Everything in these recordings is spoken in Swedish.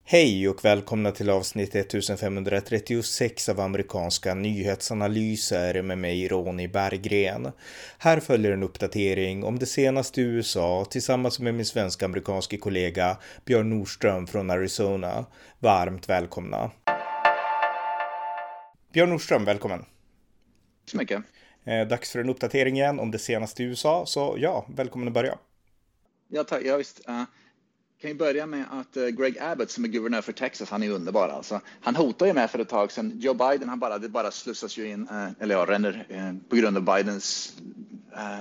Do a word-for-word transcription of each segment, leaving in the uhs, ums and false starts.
Hej och välkomna till avsnitt femtonhundratrettiosex av amerikanska nyhetsanalyser med mig Ronny Berggren. Här följer en uppdatering om det senaste i U S A tillsammans med min svensk-amerikanske kollega Björn Nordström från Arizona. Varmt välkomna. Björn Nordström, välkommen. Så mycket. Eh, dags för en uppdatering igen om det senaste i U S A, så ja, välkommen att börja. Ja, tack. Ja, visst. Uh... Kan vi börja med att Greg Abbott som är guvernör för Texas, han är underbar alltså. Han hotade ju med för ett tag sedan. Joe Biden, han bara, det bara slussas ju in, eller ja, ränner på grund av Bidens eh,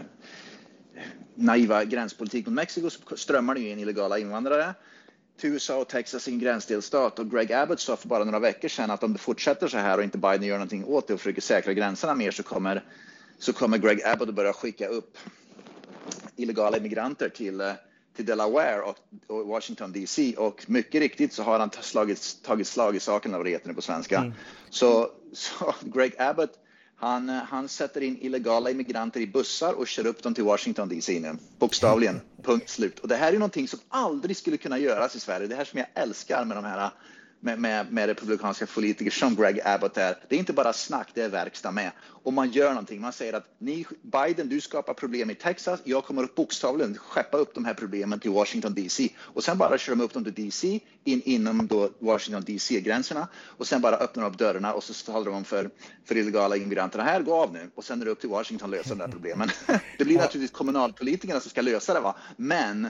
naiva gränspolitik mot Mexiko, så strömmar det ju in illegala invandrare till U S A och Texas, en gränsdelstat. Och Greg Abbott sa för bara några veckor sedan att om det fortsätter så här och inte Biden gör någonting åt det och försöker säkra gränserna mer, så kommer, så kommer Greg Abbott att börja skicka upp illegala immigranter till till Delaware och, och Washington D C, och mycket riktigt så har han slagit, tagit slag i saken av retorna på svenska. Mm. Så, så Greg Abbott, han, han sätter in illegala immigranter i bussar och kör upp dem till Washington D C nu. Bokstavligen, punkt slut. Och det här är någonting som aldrig skulle kunna göras i Sverige. Det här som jag älskar med de här Med, med, med republikanska politiker som Greg Abbott är. Det är inte bara snack, det är verkstad med. Och man gör någonting. Man säger att ni, Biden, du skapar problem i Texas. Jag kommer att bokstavligen skeppa upp de här problemen till Washington D C. Och sen bara kör de upp dem till D C, in, inom då Washington D C-gränserna. Och sen bara öppnar de upp dörrarna och så talar de om för, för illegala immigranterna. Här, gå av nu. Och sen är det upp till Washington att lösa de där problemen. Det blir naturligtvis kommunalpolitikerna som ska lösa det, va? Men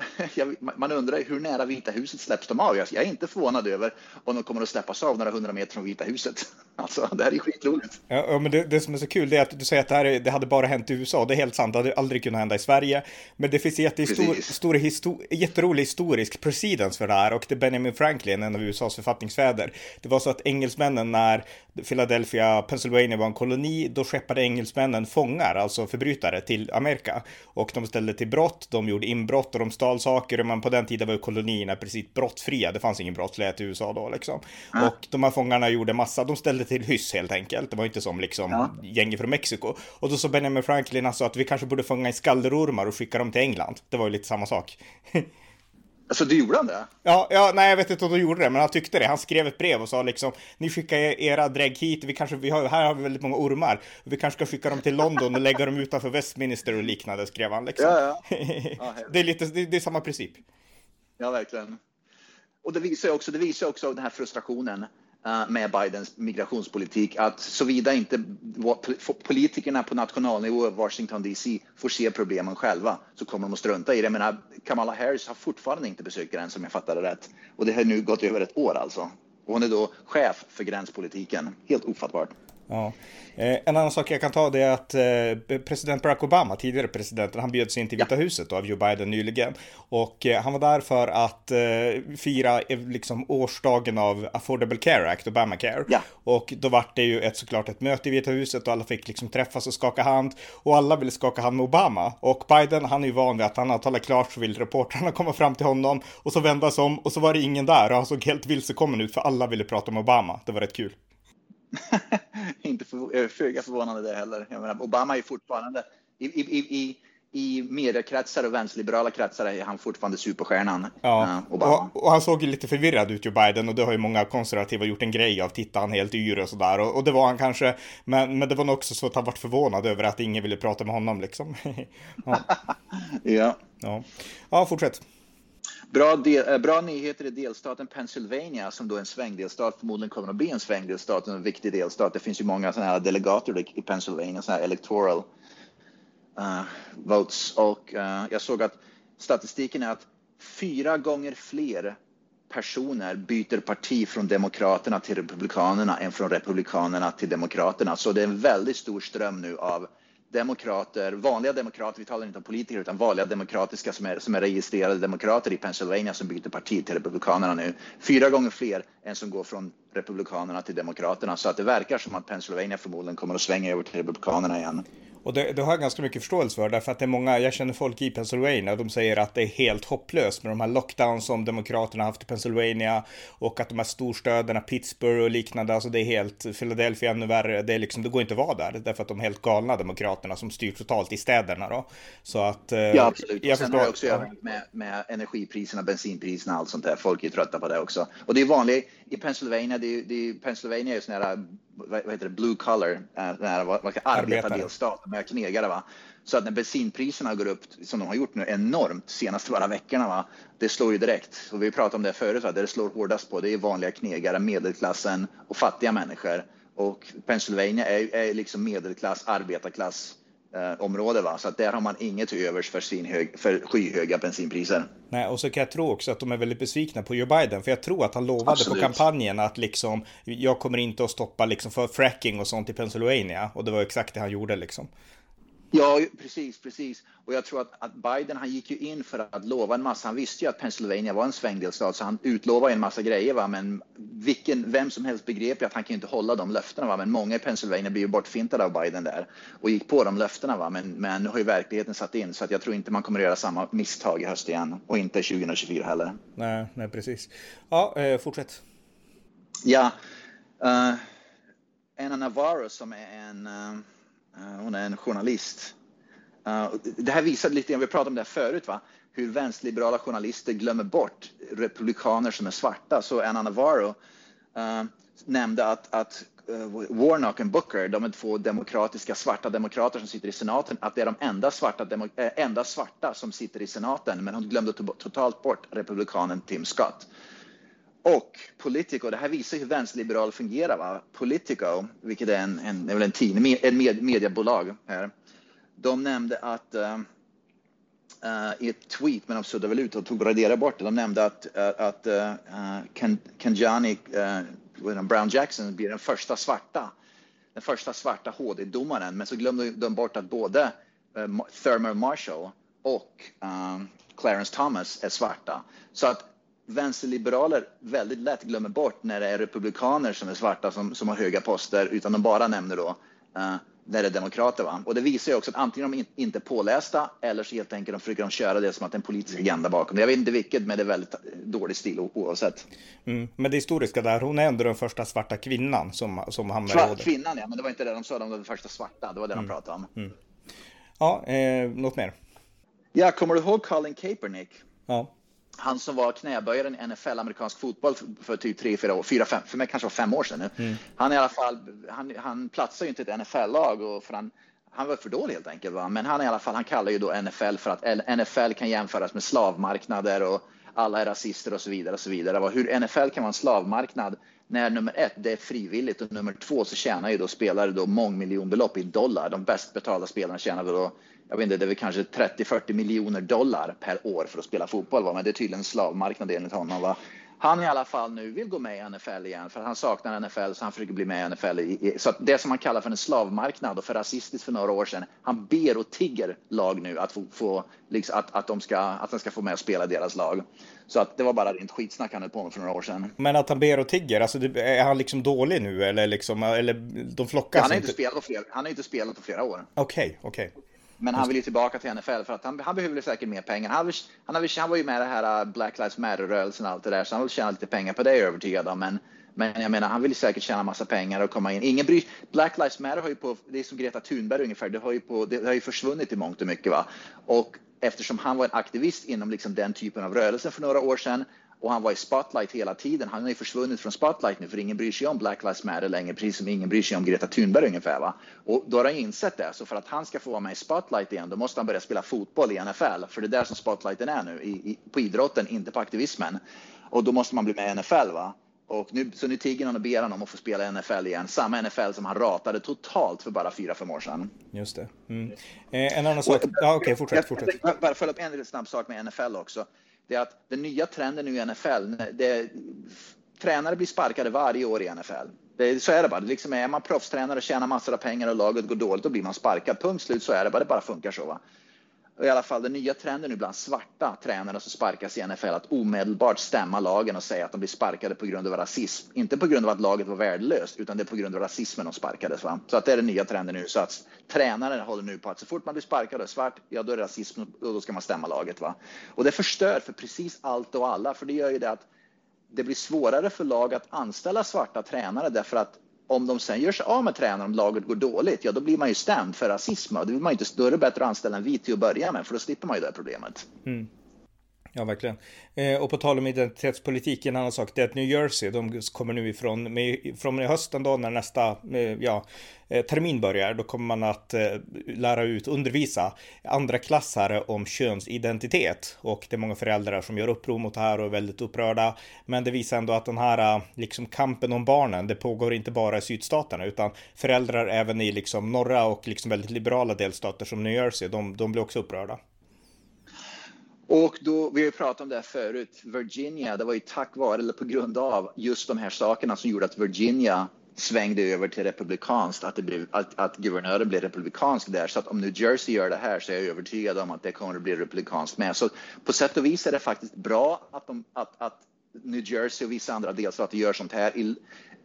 man undrar hur nära Vita huset släpps de av. Jag är inte förvånad över om de kommer att släppas av några hundra meter från Vita huset. Alltså, det här är skitroligt. Ja, men det, det som är så kul är att du säger att det, här, det hade bara hänt i U S A. Det är helt sant, det hade aldrig kunnat hända i Sverige. Men det finns jättestor, stor, histor, jätterolig historisk precedens för det här. Och det är Benjamin Franklin, en av U S A:s författningsfäder. Det var så att engelsmännen, när Philadelphia, Pennsylvania var en koloni, då skeppade engelsmännen fångar, alltså förbrytare, till Amerika. Och de ställde till brott, de gjorde inbrott och de stal saker. Men på den tiden var ju kolonierna precis brottfria. Det fanns ingen brottslighet i U S A då liksom. Mm. Och de här fångarna gjorde massa, de ställde till hyss helt enkelt. Det var inte som liksom ja. gänger från Mexiko. Och då så Benjamin Franklin alltså att vi kanske borde fånga i skalderormar och skicka dem till England. Det var ju lite samma sak. Alltså, det gjorde han det? Ja, ja, nej, jag vet inte om de gjorde det, men han tyckte det. Han skrev ett brev och sa liksom, ni skickar era drägg hit, vi kanske, vi har, här har vi väldigt många ormar. Vi kanske ska skicka dem till London och lägga dem utanför Westminster och liknande, skrev han liksom. Ja, ja. Ja, det är lite, det, det är samma princip. Ja, verkligen. Och det visar också, det visar också den här frustrationen med Bidens migrationspolitik, att såvida inte politikerna på nationalnivå i Washington D C får se problemen själva, så kommer de att strunta i det. Jag menar, Kamala Harris har fortfarande inte besökt gränsen, om jag fattar det rätt. Och det har nu gått över ett år alltså. Och hon är då chef för gränspolitiken. Helt ofattbart. Ja. Eh, en annan sak jag kan ta, det är att eh, president Barack Obama, tidigare presidenten, han bjöds in till Vita ja. huset då, av Joe Biden nyligen. Och eh, han var där för att eh, fira eh, liksom årsdagen av Affordable Care Act, Obamacare. Ja. Och då var det ju ett, såklart ett möte i Vita huset och alla fick liksom träffas och skaka hand. Och alla ville skaka hand med Obama. Och Biden, han är ju van vid att han har talat klart, så vill reportrarna komma fram till honom. Och så vändas om och så var det ingen där. Och han såg helt vilsekommen ut, för alla ville prata om Obama. Det var rätt kul. Inte för, föga förvånande det heller. Jag menar, Obama är fortfarande i, i, i, i mediekretsar och vänsterliberala kretsar är han fortfarande superstjärnan. Ja, uh, Obama. Och, och han såg ju lite förvirrad ut, Joe Biden, och det har ju många konservativa gjort en grej av. Tittar han helt yr och sådär, och, och det var han kanske, men, men det var nog också så att han var förvånad över att ingen ville prata med honom liksom. Ja. Ja. Ja. Ja, fortsätt. Bra, del, bra nyheter i delstaten Pennsylvania, som då är en svängdelstat, förmodligen kommer att bli en svängdelstat, en viktig delstat. Det finns ju många sådana här delegater i Pennsylvania, sådana här electoral uh, votes. Och uh, jag såg att statistiken är att fyra gånger fler personer byter parti från demokraterna till republikanerna än från republikanerna till demokraterna. Så det är en väldigt stor ström nu av demokrater, vanliga demokrater, vi talar inte om politiker utan vanliga demokratiska som är, som är registrerade demokrater i Pennsylvania som byter parti till republikanerna nu. Fyra gånger fler än som går från republikanerna till demokraterna. Så att det verkar som att Pennsylvania förmodligen kommer att svänga över till republikanerna igen. Och det, det har jag ganska mycket förståelse för, därför att det är många, jag känner folk i Pennsylvania, de säger att det är helt hopplöst med de här lockdowns som demokraterna har haft i Pennsylvania och att de här storstäderna, Pittsburgh och liknande, alltså det är helt, Philadelphia ännu värre, det är liksom, det går inte att vara där, därför att de är helt galna demokraterna som styr totalt i städerna då. Så att... Eh, ja, absolut. Och jag sen förstår, har det också att göra med, med energipriserna, bensinpriserna, allt sånt där. Folk är trötta på det också. Och det är vanligt i Pennsylvania, det är, det är, Pennsylvania är ju sån här, vad heter det, blue collar, äh, vad, vad ska arbetardelstat, de är knegare va. Så att när bensinpriserna går upp, som de har gjort nu, enormt senaste bara veckorna va, det slår ju direkt. Och vi pratade om det förut va, det slår hårdast på, det är vanliga knegare, medelklassen och fattiga människor. Och Pennsylvania är, är liksom medelklass, arbetarklass eh, område va, så att där har man inget till övers för, svinhög, för skyhöga bensinpriser. Nej, och så kan jag tro också att de är väldigt besvikna på Joe Biden, för jag tror att han lovade Absolut. På kampanjen att liksom, jag kommer inte att stoppa liksom för fracking och sånt i Pennsylvania, och det var exakt det han gjorde liksom. Ja, precis, precis. Och jag tror att, att Biden, han gick ju in för att lova en massa. Han visste ju att Pennsylvania var en svängdelstat, så han utlovade en massa grejer. Va? Men vilken, vem som helst begrep att han kan inte hålla de löftena. Va? Men många i Pennsylvania blir ju bortfintade av Biden där och gick på de löftena. Va? Men, men nu har ju verkligheten satt in, så att jag tror inte man kommer att göra samma misstag i höst igen. Och inte tjugohundratjugofyra heller. Nej, nej precis. Ja, eh, fortsätt. Ja, uh, Ana Navarro som är en... Uh, Uh, hon är en journalist. Uh, det här visar lite, vi pratade om det här förut va, hur vänsterliberala journalister glömmer bort republikaner som är svarta. Så Ana Navarro uh, nämnde att, att uh, Warnock och Booker, de är två demokratiska svarta demokrater som sitter i senaten, att det är de enda svarta, demo, äh, enda svarta som sitter i senaten, men hon glömde to- totalt bort republikanen Tim Scott. Och Politico, det här visar hur vänsterliberal fungerar va. Politico, vilket är en, en, är väl en tidning, en med, mediebolag här. De nämnde att uh, uh, i ett tweet, men de suddade väl ut och tog radera bort det. De nämnde att, uh, att uh, Ken, Kenjani uh, Brown Jackson blir den första svarta, den första svarta H D-domaren. Men så glömde de bort att både uh, Thurman Marshall och uh, Clarence Thomas är svarta. Så att vänsterliberaler väldigt lätt glömmer bort när det är republikaner som är svarta som, som har höga poster, utan de bara nämner då uh, när det är demokrater va. Och det visar ju också att antingen de in, inte är pålästa eller så helt enkelt de försöker de köra det som att det är en politisk agenda bakom. Jag vet inte vilket, men det är väldigt dålig stil oavsett. Mm, men det historiska där, hon är ändå den första svarta kvinnan som, som hamnar Svart, i rådet. Kvinnan ja, men det var inte det de sa, de var den första svarta, det var det mm. de pratade om. Mm. Ja, eh, något mer? Ja, kommer du ihåg Colin Kaepernick? Ja. Han som var knäböjaren i N F L, amerikansk fotboll, för, för typ tre, fyra år, fyra, fem, för mig kanske var fem år sedan nu. Mm. Han i alla fall, han, han platsar ju inte i ett N F L-lag och för han, han var för dålig helt enkelt va. Men han i alla fall, han kallar ju då N F L för att N F L kan jämföras med slavmarknader och alla är rasister och så vidare och så vidare. Hur N F L kan vara en slavmarknad när nummer ett, det är frivilligt och nummer två så tjänar ju då spelare då mångmiljonbelopp i dollar. De bäst betalda spelarna tjänar då, jag vet inte, det är väl kanske trettio till fyrtio miljoner dollar per år för att spela fotboll va? Men det är tydligen en slavmarknad enligt honom va. Han i alla fall nu vill gå med i N F L igen för han saknar N F L så han försöker bli med i N F L. I, så att det som man kallar för en slavmarknad och för rasistiskt för några år sedan, han ber och tigger lag nu att få, få liksom, att, att, de ska, att de ska få med och spela deras lag. Så att det var bara rent skitsnack han höll på med för några år sedan. Men att han ber och tigger, alltså är han liksom dålig nu eller liksom, eller de flockas ja, han har inte inte? spelat på flera, han har inte spelat på flera år. Okej, okay, okej. Okay. Men han vill ju tillbaka till N F L för att han, han behöver säkert mer pengar. Han, han, han, han var ju med i det här Black Lives Matter-rörelsen och allt det där, så han vill tjäna lite pengar på det, är jag övertygad om. Men, men jag menar, han vill säkert tjäna massa pengar och komma in. Ingen bryr, Black Lives Matter har ju på, det är som Greta Thunberg ungefär, det har ju, på, det har ju försvunnit i mångt och mycket va. Och eftersom han var en aktivist inom liksom den typen av rörelse för några år sedan, och han var i spotlight hela tiden. Han har ju försvunnit från spotlight nu för ingen bryr sig om Black Lives Matter längre, precis som ingen bryr sig om Greta Thunberg ungefär va. Och då har han insett det, så för att han ska få vara med i spotlight igen då måste han börja spela fotboll i N F L. För det är där som spotlighten är nu, i, i, på idrotten, inte på aktivismen. Och då måste man bli med i N F L va. Och nu, så nu tigger han och ber han om att få spela i N F L igen. Samma N F L som han ratade totalt för bara fyra, fem år sedan. Just det. Mm. Eh, en annan sak. Ja, okej, okay, fortsätt, fortsätt. Jag, jag, bara följa upp en liten snabb sak med N F L också. Det är att den nya trenden nu i N F L, det, tränare blir sparkade varje år i N F L. Det, så är det bara. Det liksom är man proffstränare och tjänar massor av pengar och laget går dåligt, då blir man sparkad. Punkt slut, så är det bara. Det bara funkar så va. i alla fall den nya trenden nu bland svarta tränare som sparkas i N F L att omedelbart stämma lagen och säga att de blir sparkade på grund av rasism. Inte på grund av att laget var värdelöst, utan det är på grund av rasismen de sparkades. Va? Så att det är den nya trenden nu. Så att tränare håller nu på att så fort man blir sparkad och svart, ja då är det rasism och då ska man stämma laget. Va? Och det förstör för precis allt och alla, för det gör ju det att det blir svårare för lag att anställa svarta tränare, därför att om de sen gör sig av med tränaren om laget går dåligt, ja då blir man ju stämd för rasism. Och det vill man inte, då är det bättre att anställa en vit till att börja med, för då slipper man ju det problemet. Mm. Ja, verkligen. Eh, och på tal om identitetspolitik, en annan sak, det är att New Jersey, de kommer nu ifrån, med, från hösten då när nästa eh, ja, eh, termin börjar, då kommer man att eh, lära ut, undervisa andra klassare om könsidentitet. Och det är många föräldrar som gör uppror mot det här och är väldigt upprörda. Men det visar ändå att den här liksom, kampen om barnen, det pågår inte bara i sydstaterna, utan föräldrar även i liksom, norra och liksom, väldigt liberala delstater som New Jersey, de, de blir också upprörda. Och då, vi har ju pratat om det här förut, Virginia, det var ju tack vare eller på grund av just de här sakerna som gjorde att Virginia svängde över till republikanskt, att, det blev, att, att guvernören blev republikansk där. Så att om New Jersey gör det här så är jag övertygad om att det kommer att bli republikanskt med. Så på sätt och vis är det faktiskt bra att, de, att, att New Jersey och vissa andra delstater gör sånt här i,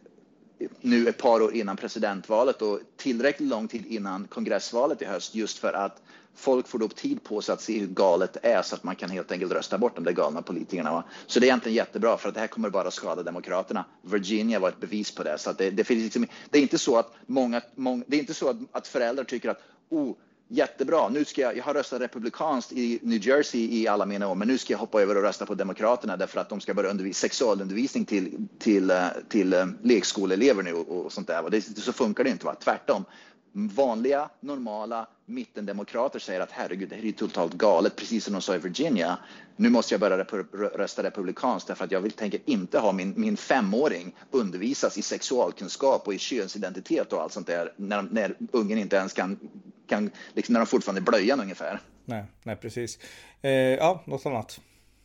nu ett par år innan presidentvalet och tillräckligt lång tid innan kongressvalet i höst, just för att folk får upp tid på sig att se hur galet det är, så att man kan helt enkelt rösta bort de där galna politikerna. Va? Så det är egentligen jättebra, för att det här kommer bara skada demokraterna. Virginia var ett bevis på det. Så att det, det, finns liksom, det är inte så att många, många det är inte så att, att föräldrar tycker att oh, jättebra, nu ska jag, jag har röstat republikanskt i New Jersey i alla mina år, men nu ska jag hoppa över och rösta på demokraterna därför att de ska börja undervisa sexualundervisning till, till, till, till lekskoleelever nu och, och sånt där. Det, så funkar det inte, va? Tvärtom. Vanliga, normala mittendemokrater säger att herregud, det här är totalt galet, precis som de sa i Virginia. Nu måste jag börja rösta republikanskt därför att jag vill, tänker inte ha min, min femåring undervisas i sexualkunskap och i könsidentitet och allt sånt där när, när ungen inte ens kan, kan liksom när de fortfarande är blöjan ungefär. Nej, nej precis. Eh, ja, något annat.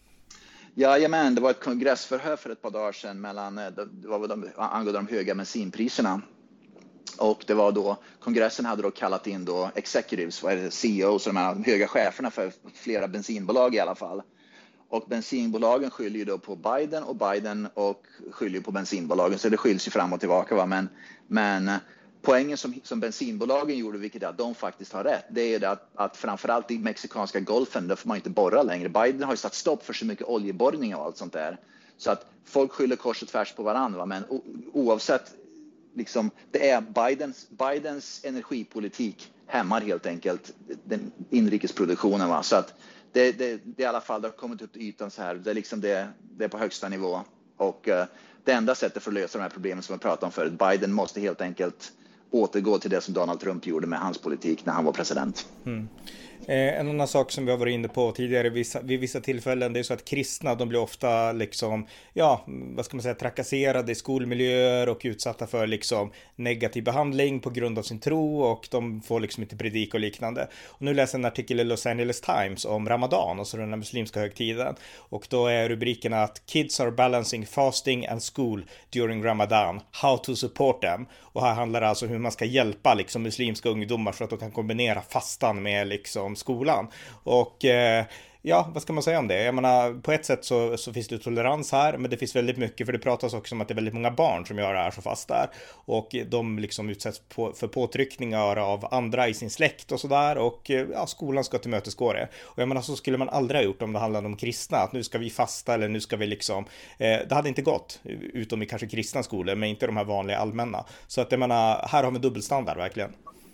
Jajamän, det var ett kongressförhör för ett par dagar sedan mellan, det var de, angående de höga bensinpriserna. Och det var då, kongressen hade då kallat in då executives, vad är det, C E Os, de här höga cheferna för flera bensinbolag i alla fall. Och bensinbolagen skyller ju då på Biden och Biden och skyller på bensinbolagen, så det skylls ju fram och tillbaka. Va? Men, men poängen som, som bensinbolagen gjorde, vilket är att de faktiskt har rätt, det är det att, att framförallt i mexikanska golfen, där får man inte borra längre. Biden har ju satt stopp för så mycket oljeborrning och allt sånt där. Så att folk skyller kors och tvärs på varandra, men o, oavsett liksom, det är Bidens, Bidens energipolitik hämmar helt enkelt den inrikesproduktionen. Va? Så att det, det, det i alla fall det har kommit upp till ytan så här. Det är, liksom det, det är på högsta nivå. Och uh, det enda sättet för att lösa de här problemen som vi pratade om förut, Biden måste helt enkelt återgå till det som Donald Trump gjorde med hans politik när han var president. Mm. Eh, en annan sak som vi har varit inne på tidigare vissa, vid vissa tillfällen, det är så att kristna, de blir ofta liksom, ja, vad ska man säga, trakasserade i skolmiljöer och utsatta för liksom negativ behandling på grund av sin tro, och de får liksom inte predika och liknande. Och nu läser jag en artikel i Los Angeles Times om Ramadan, och så den här muslimska högtiden, och då är rubrikerna att kids are balancing fasting and school during Ramadan, how to support them. Och här handlar det alltså om hur man ska hjälpa liksom muslimska ungdomar så att de kan kombinera fastan med liksom skolan. Och eh, ja, vad ska man säga om det? Jag menar, på ett sätt så, så finns det tolerans här, men det finns väldigt mycket, för det pratas också om att det är väldigt många barn som gör det här så fast där. Och de liksom utsätts på, för påtryckningar av andra i sin släkt och sådär, och ja, skolan ska tillmötesgå det. Och jag menar, så skulle man aldrig ha gjort om det handlade om kristna, att nu ska vi fasta eller nu ska vi liksom, eh, det hade inte gått, utom i kanske kristna skolor, men inte de här vanliga allmänna. Så att jag menar, här har vi dubbelstandard verkligen.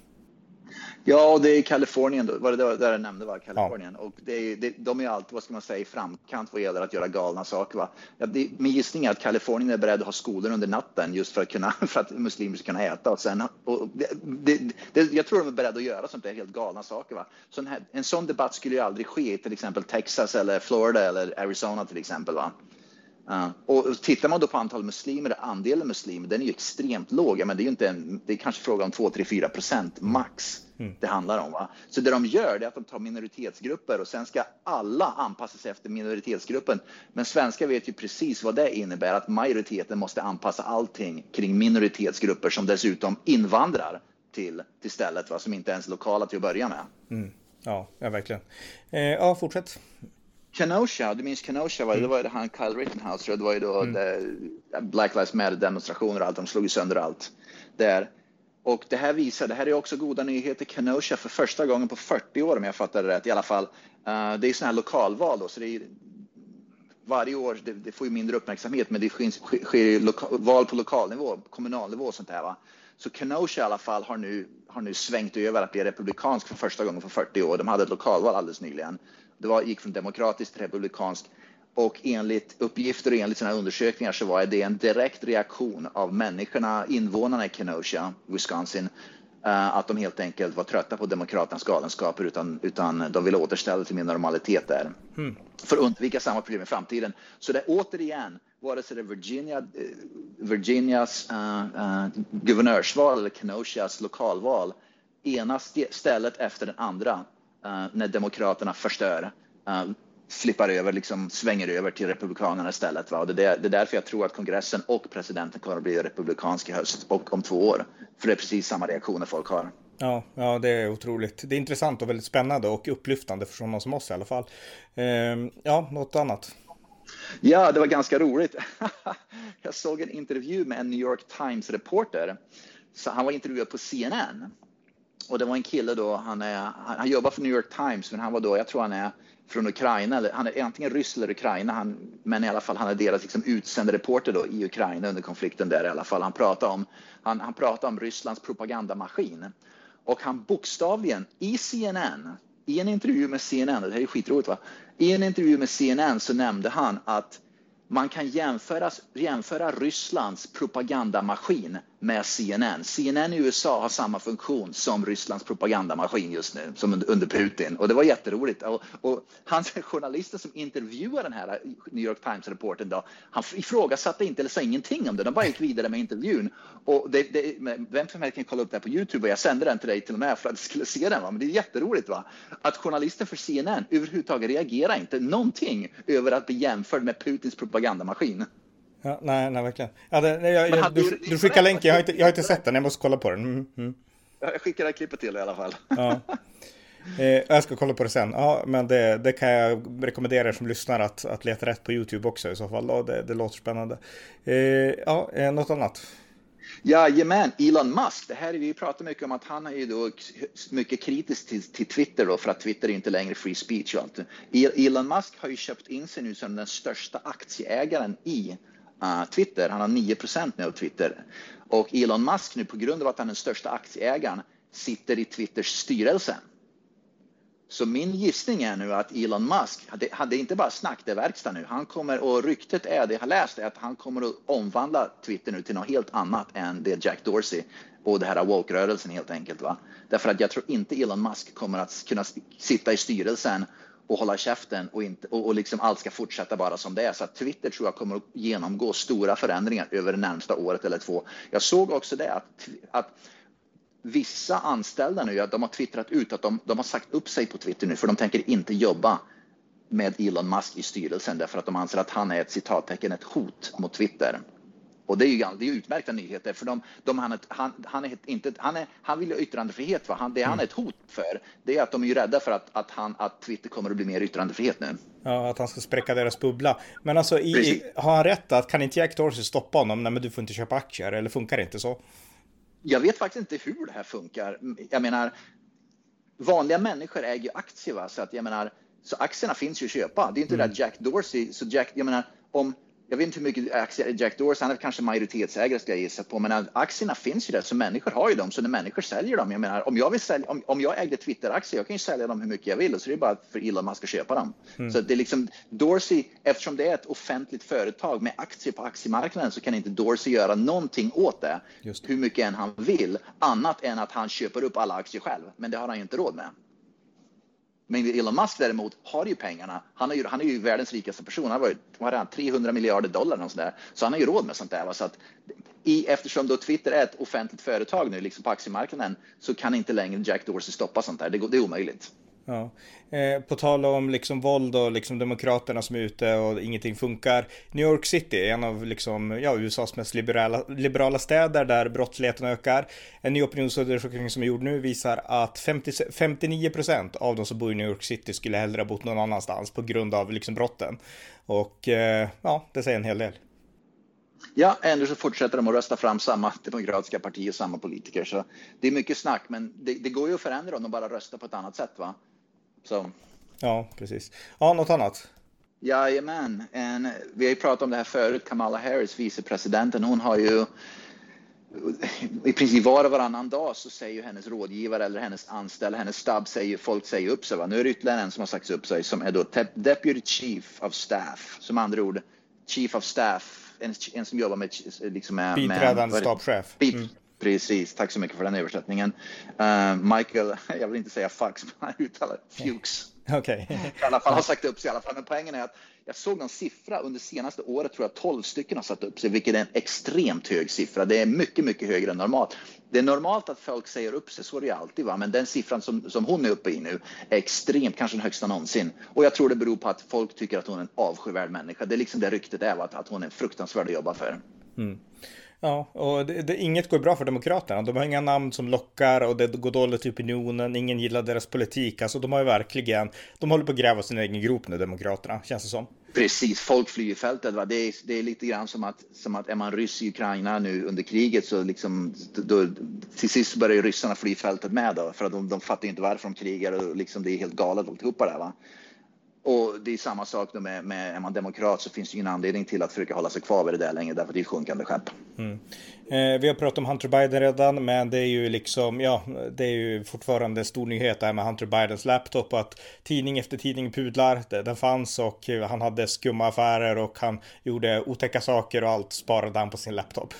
Ja, och det är Kalifornien då, var det där jag nämnde, var Kalifornien. Ja. Och det är, det, de är alltid, vad ska man säga, i framkant vad gäller att göra galna saker. Va? Ja, det, min gissning är att Kalifornien är beredd att ha skolor under natten just för att, kunna, för att muslimer ska kunna äta. Och sen, och det, det, det, jag tror de är beredda att göra sånt där helt galna saker. Va? Så en, här, en sån debatt skulle ju aldrig ske i till exempel Texas eller Florida eller Arizona till exempel. Va? Uh, och tittar man då på antal muslimer, andelen muslimer, den är ju extremt låg. Men det är ju inte en, det är kanske fråga om två till fyra procent max mm. det handlar om. Va? Så det de gör är att de tar minoritetsgrupper och sen ska alla anpassa sig efter minoritetsgruppen. Men svenskar vet ju precis vad det innebär, att majoriteten måste anpassa allting kring minoritetsgrupper som dessutom invandrar till, till stället, va? Som inte ens är lokala till att börja med. Mm. Ja, ja verkligen. Eh, ja, fortsätt. Kenosha, du minns Kenosha, var det, mm. det var det han Kyle Rittenhouse, det var ju då mm. det, Black Lives Matter demonstrationer och allt, de slog ju sönder allt där. Och det här visar, det här är också goda nyheter. Kenosha för första gången på fyrtio år, om jag fattar det rätt i alla fall. Uh, det är sådana här lokalval då, så det är varje år, det, det får ju mindre uppmärksamhet, men det sker, sker loka, val på lokalnivå, kommunalnivå och sånt där, va. Så Kenosha i alla fall har nu, har nu svängt över att bli republikansk för första gången på fyrtio år. De hade ett lokalval alldeles nyligen. Det var, gick från demokratiskt till republikansk. Och enligt uppgifter och enligt sina undersökningar så var det en direkt reaktion av människorna, invånarna i Kenosha, Wisconsin, uh, att de helt enkelt var trötta på demokraternas galenskaper, utan, utan de ville återställa till mer normalitet där. Mm. För att undvika samma problem i framtiden. Så det återigen, vare sig det Virginia, Virginias uh, uh, guvernörsval eller Kenoshas lokalval, ena stället efter den andra uh, när demokraterna förstör. Uh, flippar över, liksom svänger över till republikanerna istället. Va? Och det, är, det är därför jag tror att kongressen och presidenten kommer att bli republikansk i höst och om två år. För det är precis samma reaktioner folk har. Ja, ja, det är otroligt. Det är intressant och väldigt spännande och upplyftande för sådana som oss i alla fall. Ehm, ja, något annat? Ja, det var ganska roligt. Jag såg en intervju med en New York Times-reporter. Så han var intervjuad på C N N. Och det var en kille då, han, är, han, han jobbar för New York Times, men han var då, jag tror han är från Ukraina, eller han är antingen ryss eller Ukraina, han, men i alla fall han är deras liksom utsända reporter då i Ukraina under konflikten där i alla fall. Han pratar om, han, han pratar om Rysslands propagandamaskin. Och han bokstavligen i C N N, i en intervju med C N N, det här är skitroligt va? I en intervju med C N N så nämnde han att man kan jämföra, jämföra Rysslands propagandamaskin med C N N. C N N i U S A har samma funktion som Rysslands propagandamaskin just nu, som under Putin. Och det var jätteroligt. Och, och hans journalister som intervjuade den här New York Times-reporten då, han ifrågasatte inte eller sa ingenting om det. De bara gick vidare med intervjun. Och det, det, vem som helst kan kolla upp det på YouTube, och jag sände den till dig till och med för att du skulle se den. Va? Men det är jätteroligt va? Att journalister för C N N överhuvudtaget reagerar inte någonting över att bli jämförd med Putins propagandamaskin. Ja, nej, nej, verkligen. Ja, det, jag, jag, du, du skickar länken, jag har, inte, jag har inte sett den, jag måste kolla på den. Mm, mm. Jag skickar det här klippet till dig i alla fall. Ja. Eh, jag ska kolla på det sen. Ja, men det, det kan jag rekommendera er som lyssnar att, att leta rätt på YouTube också i så fall. Ja, det, det låter spännande. Eh, ja, något annat? Ja, jamen, Elon Musk, det här är, vi pratar mycket om att han är ju då mycket kritisk till, till Twitter då, för att Twitter är inte längre free speech och allt. Elon Musk har ju köpt in sig nu som den största aktieägaren i Uh, Twitter. Han har nio procent nu av Twitter. Och Elon Musk nu, på grund av att han är den största aktieägaren, sitter i Twitters styrelse. Så min gissning är nu att Elon Musk, det, det är inte bara snack, det är verkstad nu. Han kommer, och ryktet är, det jag har läst, är att han kommer att omvandla Twitter nu till något helt annat än det Jack Dorsey och det här woke-rörelsen helt enkelt. Va? Därför att jag tror inte Elon Musk kommer att kunna sitta i styrelsen och hålla käften och, inte, och, och liksom allt ska fortsätta bara som det är. Så att Twitter tror jag kommer att genomgå stora förändringar över det närmsta året eller två. Jag såg också det att, att vissa anställda nu, att de har twittrat ut att de, de har sagt upp sig på Twitter nu, för de tänker inte jobba med Elon Musk i styrelsen därför att de anser att han är ett citattecken, ett hot mot Twitter. Och det är ju det är utmärkta nyheter, för de, de, han, han, han, är inte, han, är, han vill ju yttrandefrihet. Va? Han, det han är ett hot för, det är att de är ju rädda för att, att, han, att Twitter kommer att bli mer yttrandefrihet nu. Ja, att han ska spräcka deras bubbla. Men alltså, i, har han rätt att, kan inte Jack Dorsey stoppa honom? Nej, men du får inte köpa aktier, eller funkar det inte så? Jag vet faktiskt inte hur det här funkar. Jag menar, vanliga människor äger ju aktier, va? Så att jag menar, så aktierna finns ju att köpa. Det är inte mm. det där Jack Dorsey, så Jack, jag menar, om jag vet inte hur mycket aktier Jack Dorsey, han är kanske majoritetsägare ska jag gissa på, men aktierna finns ju där, så människor har ju dem, så när människor säljer dem, jag menar, om jag vill sälja, om, om jag ägde Twitter-aktier, jag kan ju sälja dem hur mycket jag vill, och så är det bara för Elon Musk att köpa dem. Mm. Så det är liksom, Dorsey, eftersom det är ett offentligt företag med aktier på aktiemarknaden, så kan inte Dorsey göra någonting åt det, Just. hur mycket än han vill, annat än att han köper upp alla aktier själv, men det har han ju inte råd med. Men Elon Musk däremot har ju pengarna. Han är ju, han är ju världens rikaste person. Han har varit, vad är han, trehundra miljarder dollar och sånt där. Så han har ju råd med sånt där. Va? Så att i, eftersom då Twitter är ett offentligt företag nu liksom på aktiemarknaden, så kan inte längre Jack Dorsey stoppa sånt där. Det, det är omöjligt. Ja. Eh, på tal om liksom våld och liksom demokraterna som är ute och ingenting funkar. New York City är en av liksom, ja, U S A:s mest liberala, liberala städer där brottsligheten ökar. En ny opinionsundersökning som är gjord nu visar att femtio, femtionio procent av de som bor i New York City skulle hellre ha bott någon annanstans på grund av liksom brotten. Och eh, ja, det säger en hel del. Ja, ändå så fortsätter de att rösta fram samma demokratiska parti och samma politiker. Så det är mycket snack, men det, det går ju att förändra om de bara röstar på ett annat sätt, va? Så. Ja, precis. Ja, något annat? Jajamän. En, vi har ju pratat om det här förut. Kamala Harris, vicepresidenten, hon har ju i princip var och varannan dag så säger ju hennes rådgivare eller hennes anställda, hennes stab, säger, folk säger upp sig. Va? Nu är det ytterligare en som har sagt upp sig som är då Deputy Chief of Staff. Som andra ord, Chief of Staff. En, en som jobbar med, liksom med biträdande stabschef. Mm. Precis, tack så mycket för den översättningen. Uh, Michael, jag vill inte säga Fox, men han uttalar Fuchs. Okej. Okay. I alla fall har sagt upp sig i alla fall. Men poängen är att jag såg någon siffra under senaste året, tror jag tolv stycken har satt upp sig, vilket är en extremt hög siffra. Det är mycket, mycket högre än normalt. Det är normalt att folk säger upp sig, så är det ju alltid, va? Men den siffran som, som hon är uppe i nu är extremt, kanske den högsta någonsin. Och jag tror det beror på att folk tycker att hon är en avskyvärd människa. Det är liksom det ryktet är, va? Att hon är fruktansvärd att jobba för. Mm. Ja, och det, det, inget går bra för demokraterna. De har inga namn som lockar och det går dåligt i opinionen. Ingen gillar deras politik. Alltså de har ju verkligen, de håller på att gräva sin egen grop nu, demokraterna, känns det som. Precis, folk flyr i fältet. Va? Det, är, det är lite grann som att, som att är man ryss i Ukraina nu under kriget, så liksom, då, till sist börjar ju ryssarna fly i fältet med då, för att de, de fattar ju inte varför de krigar och liksom, det är helt galet alltihopa där, va. Och det är samma sak då med, med är man demokrat, så finns det ingen anledning till att försöka hålla sig kvar vid det där längre, därför att det är sjunkande skepp. Mm. Eh, vi har pratat om Hunter Biden redan, men det är ju liksom, ja, det är ju fortfarande en stor nyhet där med Hunter Bidens laptop, att tidning efter tidning pudlar, det, den fanns och han hade skumma affärer och han gjorde otäcka saker och allt sparade han på sin laptop.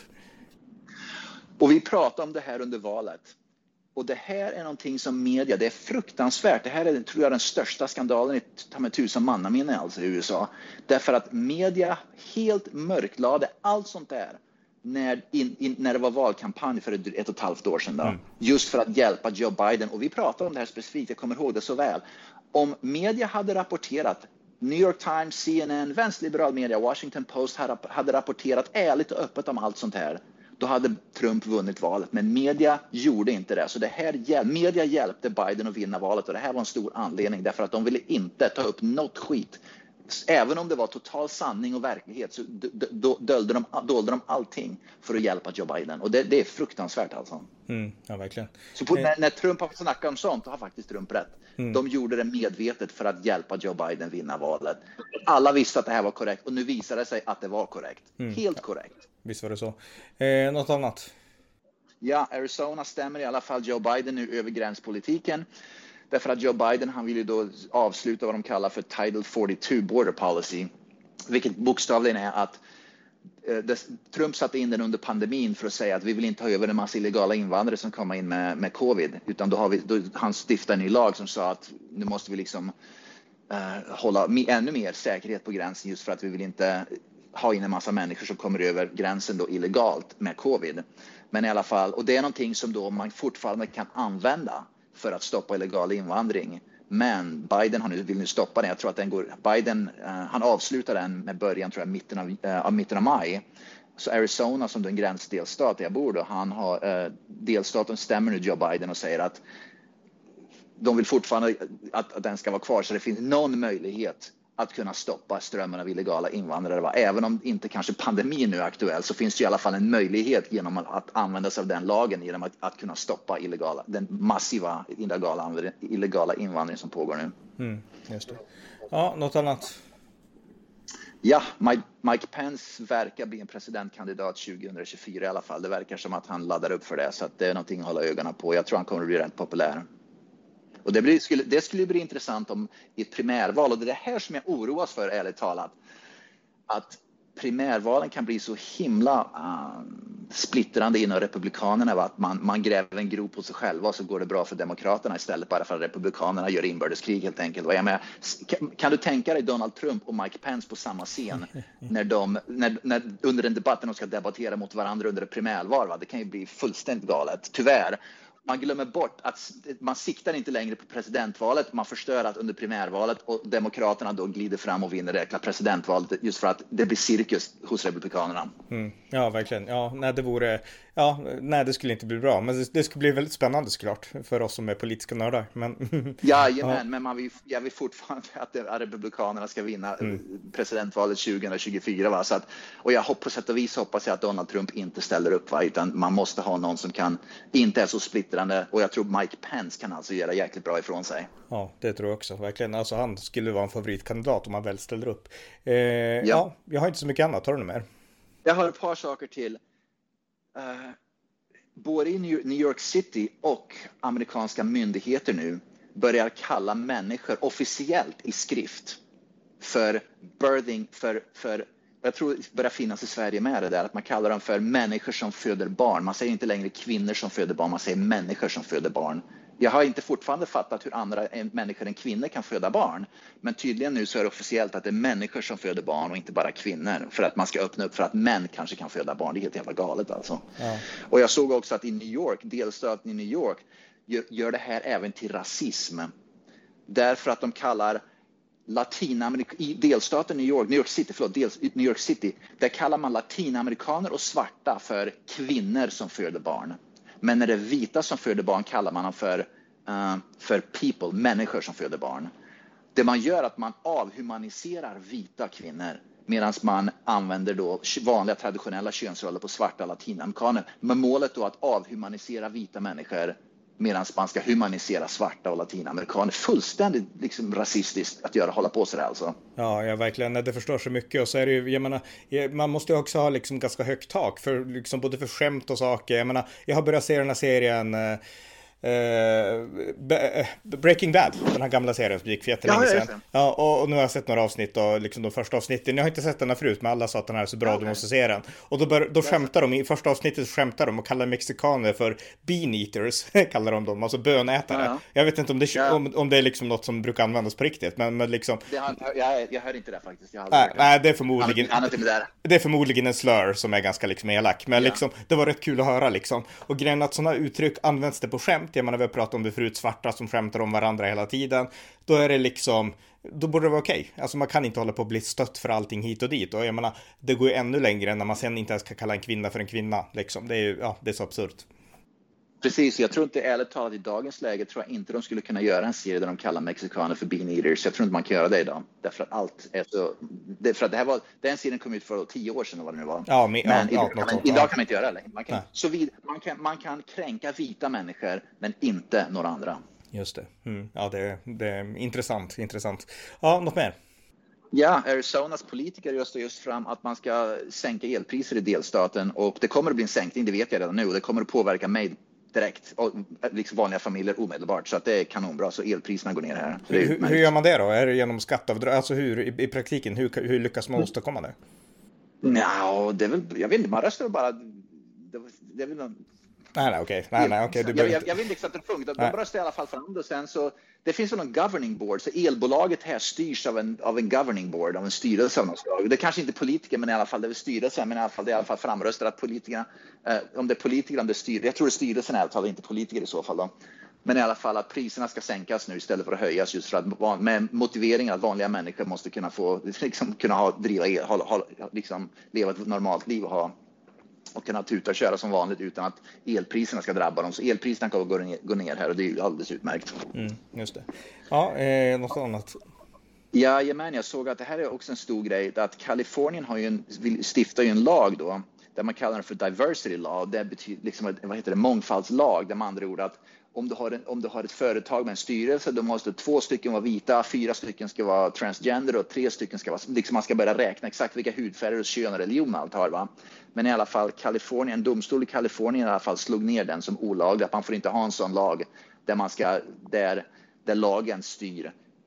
Och vi pratade om det här under valet. Och det här är någonting som media, det är fruktansvärt. Det här är, tror jag, den största skandalen i ta med tusen mannaminne alltså i U S A. Därför att media helt mörklade allt sånt där när, in, in, när det var valkampanj för ett, ett och ett halvt år sedan. Då. Mm. Just för att hjälpa Joe Biden. Och vi pratade om det här specifikt, jag kommer ihåg det så väl. Om media hade rapporterat, New York Times, C N N, vänsterliberal media, Washington Post hade, hade rapporterat ärligt och öppet om allt sånt här, då hade Trump vunnit valet. Men media gjorde inte det. Så det här, media hjälpte Biden att vinna valet. Och det här var en stor anledning. Därför att de ville inte ta upp något skit. Även om det var total sanning och verklighet, så dolde de, dolde de allting för att hjälpa Joe Biden. Och det, det är fruktansvärt alltså. Mm, ja, verkligen. Så på, när, när Trump har snackat om sånt, då har faktiskt Trump rätt. Mm. De gjorde det medvetet för att hjälpa Joe Biden vinna valet. Alla visste att det här var korrekt. Och nu visar det sig att det var korrekt. Mm. Helt korrekt. Visst var det så. Eh, något annat? Ja, Arizona stämmer i alla fall Joe Biden nu över gränspolitiken. Därför att Joe Biden, han vill ju då avsluta vad de kallar för Title fyrtiotvå Border Policy. Vilket bokstavligen är att eh, det, Trump satte in den under pandemin för att säga att vi vill inte ha över en massa illegala invandrare som kommer in med, med covid. Utan då har vi, då, han stiftade en ny lag som sa att nu måste vi liksom eh, hålla ännu mer säkerhet på gränsen, just för att vi vill inte ha in en massa människor som kommer över gränsen då illegalt med covid. Men i alla fall, och det är någonting som då man fortfarande kan använda för att stoppa illegal invandring. Men Biden har nu, vill nu stoppa den. Jag tror att den går, Biden, uh, han avslutar den med början, tror jag, mitten av, uh, av mitten av maj. Så Arizona, som är en gränsdelstat där jag bor då, han har, uh, delstaten stämmer nu Joe Biden och säger att de vill fortfarande att, att den ska vara kvar, så det finns någon möjlighet att kunna stoppa strömmen av illegala invandrare. Va? Även om inte kanske pandemin nu är aktuell, så finns det i alla fall en möjlighet genom att, att använda sig av den lagen, genom att, att kunna stoppa illegala, den massiva illegala, illegala invandring som pågår nu. Mm, just det. Ja, något annat? Ja, Mike Pence verkar bli en presidentkandidat tjugohundratjugofyra i alla fall. Det verkar som att han laddar upp för det, så att det är någonting att hålla ögonen på. Jag tror han kommer att bli rätt populär. Och det, blir, skulle, det skulle bli intressant om i ett primärval, och det är det här som jag oroas för, ärligt talat, att primärvalen kan bli så himla uh, splittrande inom republikanerna, va? Att man, man gräver en grop på sig själva och så går det bra för demokraterna istället, bara för att republikanerna gör inbördeskrig helt enkelt. Och jag menar, kan, kan du tänka dig Donald Trump och Mike Pence på samma scen när de, när, när, under en debatt när de ska debattera mot varandra under ett primärval? Va? Det kan ju bli fullständigt galet, tyvärr. man glömmer bort att man siktar inte längre på presidentvalet, man förstör att under primärvalet och demokraterna då glider fram och vinner det presidentvalet just för att det blir cirkus hos republikanerna. Mm. Ja, verkligen. Ja, nej, det vore, ja, nej, det skulle inte bli bra, men det, det skulle bli väldigt spännande såklart för oss som är politiska nördar. Men ja, ja, men man vill, jag vill fortfarande att, det, att republikanerna ska vinna mm. presidentvalet tjugo tjugofyra, va? Så att, och jag hoppas på sätt och vis hoppas jag att Donald Trump inte ställer upp, va? Utan man måste ha någon som kan inte är så splittrande, och jag tror Mike Pence kan alltså göra jäkligt bra ifrån sig. Ja, det tror jag också, verkligen. Alltså han skulle vara en favoritkandidat om han väl ställer upp. Eh, ja. ja, jag har inte så mycket annat. Har du mer? Jag har ett par saker till. Uh, både i New York City och amerikanska myndigheter nu börjar kalla människor officiellt i skrift för birthing, för, för jag tror det börjar finnas i Sverige med det där, att man kallar dem för människor som föder barn. Man säger inte längre kvinnor som föder barn, man säger människor som föder barn. Jag har inte fortfarande fattat hur andra människor än kvinnor kan föda barn. Men tydligen nu så är det officiellt att det är människor som föder barn och inte bara kvinnor. För att man ska öppna upp för att män kanske kan föda barn. Det är helt jävla galet alltså. Ja. Och jag såg också att i New York, delstaten i New York, gör, gör det här även till rasism. Därför att de kallar Latinamerika, i delstaten New York, New York City, förlåt, dels, New York City, där kallar man latinamerikaner och svarta för kvinnor som föder barn. Men när det är vita som föder barn kallar man dem för, uh, för people, människor som föder barn. Det man gör är att man avhumaniserar vita kvinnor medan man använder då vanliga traditionella könsroller på svarta latinamerikaner. Men målet då att avhumanisera vita människor medan man ska humanisera svarta och latinamerikaner. Fullständigt liksom rasistiskt att göra, hålla på sådär alltså. Ja, ja, verkligen. Det förstår så mycket. Och så är det ju, jag menar, man måste ju också ha liksom ganska högt tak för liksom både för skämt och saker. Jag menar, jag har börjat se den här serien uh, uh, Breaking Bad, den här gamla serien som gick för jättelänge sedan. Ja, ja, och, och nu har jag sett några avsnitt och liksom de första avsnitten. Jag har inte sett den här förut, men alla sa att den här är så bra, ja, du måste se den. Och då, bör, då skämtar de, i första avsnittet skämtar de och kallar mexikaner för bean eaters, kallar de dem, alltså bönätare. Ja, ja. Jag vet inte om det, ja. om, om det är liksom något som brukar användas på riktigt, men, men liksom... Det har, jag, jag hör inte det faktiskt. Jag nej, nej, det är förmodligen... Han, han är där. Det är förmodligen en slur som är ganska liksom elak, men ja. liksom, det var rätt kul att höra liksom. Och grejen att sådana uttryck används det på skämt, jag menar vi har pratat om det förut, svarta som skämtar om varandra hela tiden, då är det liksom, då borde det vara okej. Okay. Alltså man kan inte hålla på att bli stött för allting hit och dit, och jag menar, det går ju ännu längre när man sen inte ens kan kalla en kvinna för en kvinna, liksom. Det är ju, ja, det är så absurt. Precis, jag tror inte, ärligt talat i dagens läge tror jag inte de skulle kunna göra en serie där de kallar mexikaner för bean eaters. Jag tror inte man kan göra det idag. Därför att allt är så, det, för att det här var, den serien kom ut för tio år sedan eller vad det nu var. Ja, men, men ja, idag, ja, kan man, idag kan man inte göra det. Man kan, så vid, man, kan, man kan kränka vita människor men inte några andra. Just det. Mm. Ja, det, det är intressant, intressant. Ja, något mer? Ja, Arizonas politiker röstar just fram att man ska sänka elpriser i delstaten, och det kommer att bli en sänkning, det vet jag redan nu, och det kommer att påverka mig direkt, och liksom vanliga familjer omedelbart, så att det är kanonbra, så elpriserna går ner här. Så hur, hur gör man det då? Är det genom skatteavdrag? Alltså hur, i, i praktiken, hur, hur lyckas man åstadkomma det? Ja, det är väl, jag vet inte, man röstar bara, det, det är väl någon... Nej, nej, okej. Nej, nej, okej. Jag, jag, jag vet inte exakt hur det funkar. De röstar i alla fall fram det. Sen så, det finns väl någon governing board. Så elbolaget här styrs av en, av en governing board, av en styrelse av något slag. Det är kanske inte politiker, men i alla fall det är styrelsen. Men i alla fall, det är i alla fall framröstat att politikerna, eh, om det är politiker, om det är styrelsen. Jag tror det är styrelsen i alla fall, inte politiker i så fall då. Men i alla fall att priserna ska sänkas nu istället för att höjas, just för att med motiveringen att vanliga människor måste kunna få, liksom, kunna ha, driva el, ha, ha, liksom, leva ett normalt liv och ha och kunna tuta och köra som vanligt utan att elpriserna ska drabba dem. Så elpriserna kan gå ner, gå ner här, och det är ju alldeles utmärkt. Mm, just det. Ja, eh, något annat? Ja, men jag såg att det här är också en stor grej. Att Kalifornien har ju en, vill stifta ju en lag då, där man kallar den för diversity law. Det betyder liksom, vad heter det, mångfaldslag. Där med andra ord att om du, har en, om du har ett företag med en styrelse, då måste två stycken vara vita, fyra stycken ska vara transgender och tre stycken ska vara, liksom man ska börja räkna exakt vilka hudfärger och kön och religion allt har, va. Men i alla fall Kalifornien, en domstol i Kalifornien i alla fall slog ner den som olaglig, att man får inte ha en sån lag där man ska, där, där lagen styr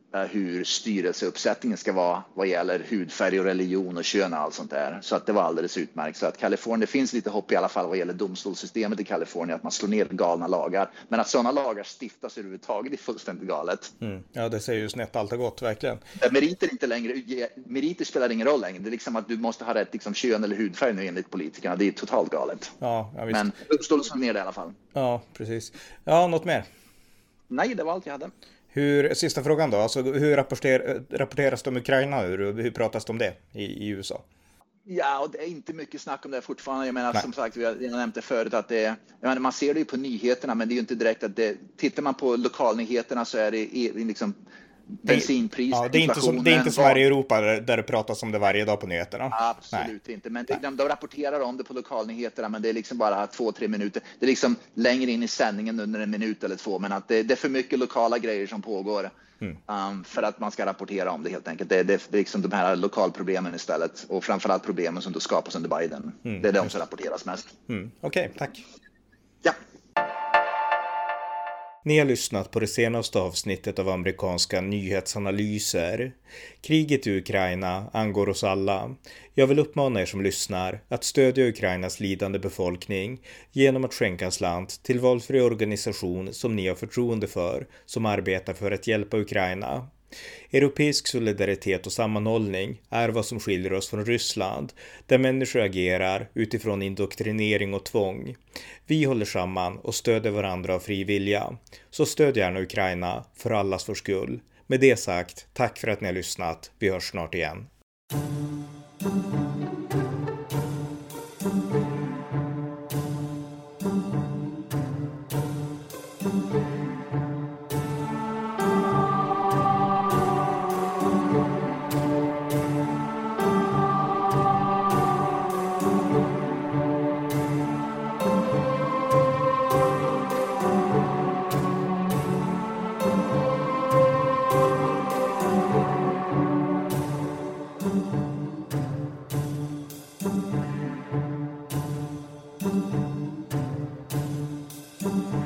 hur styrelseuppsättningen ska vara vad gäller hudfärg och religion och kön och allt sånt där. Så att det var alldeles utmärkt. Så att Kalifornien, det finns lite hopp i alla fall vad gäller domstolssystemet i Kalifornien, att man slår ner galna lagar. Men att sådana lagar stiftas överhuvudtaget är fullständigt galet. Mm. Ja, det säger ju snett allt har gått, verkligen. Meriter inte längre, meriter spelar ingen roll längre. Det är liksom att du måste ha rätt liksom, kön eller hudfärg nu enligt politikerna. Det är totalt galet. Ja, ja, visst. Men domstolen slår ner det i alla fall. Ja, precis. Ja, något mer? Nej, det var allt jag hade. Hur, sista frågan då, alltså, hur rapporter, rapporteras det om Ukraina? Hur, hur pratas det om det i, i U S A? Ja, och det är inte mycket snack om det fortfarande. Jag menar, Nej. som sagt, vi har nämnt det förut att det, jag menar, man ser det ju på nyheterna, men det är ju inte direkt att det, tittar man på lokalnyheterna så är det liksom bensinpris, ja, det är inte som, det är inte som här i Europa där, där det pratas om det varje dag på nyheterna. Absolut Nej. inte. Men det, de, de rapporterar om det på lokalnyheterna, men det är liksom bara två, tre minuter. Det är liksom längre in i sändningen under en minut eller två, men att det, det är för mycket lokala grejer som pågår mm. um, för att man ska rapportera om det helt enkelt. Det, det, det är liksom de här lokalproblemen istället, och framförallt problemen som då skapas under Biden. Mm. Det är de som rapporteras mest. Mm. Okej, okay, tack. Ja. Ni har lyssnat på det senaste avsnittet av amerikanska nyhetsanalyser. Kriget i Ukraina angår oss alla. Jag vill uppmana er som lyssnar att stödja Ukrainas lidande befolkning genom att skänka en slant till valfri organisation som ni har förtroende för, som arbetar för att hjälpa Ukraina. Europeisk solidaritet och sammanhållning är vad som skiljer oss från Ryssland, där människor agerar utifrån indoktrinering och tvång. Vi håller samman och stöder varandra av fri vilja. Så stöd gärna Ukraina för allas vår skull. Med det sagt, tack för att ni har lyssnat. Vi hörs snart igen. Thank you.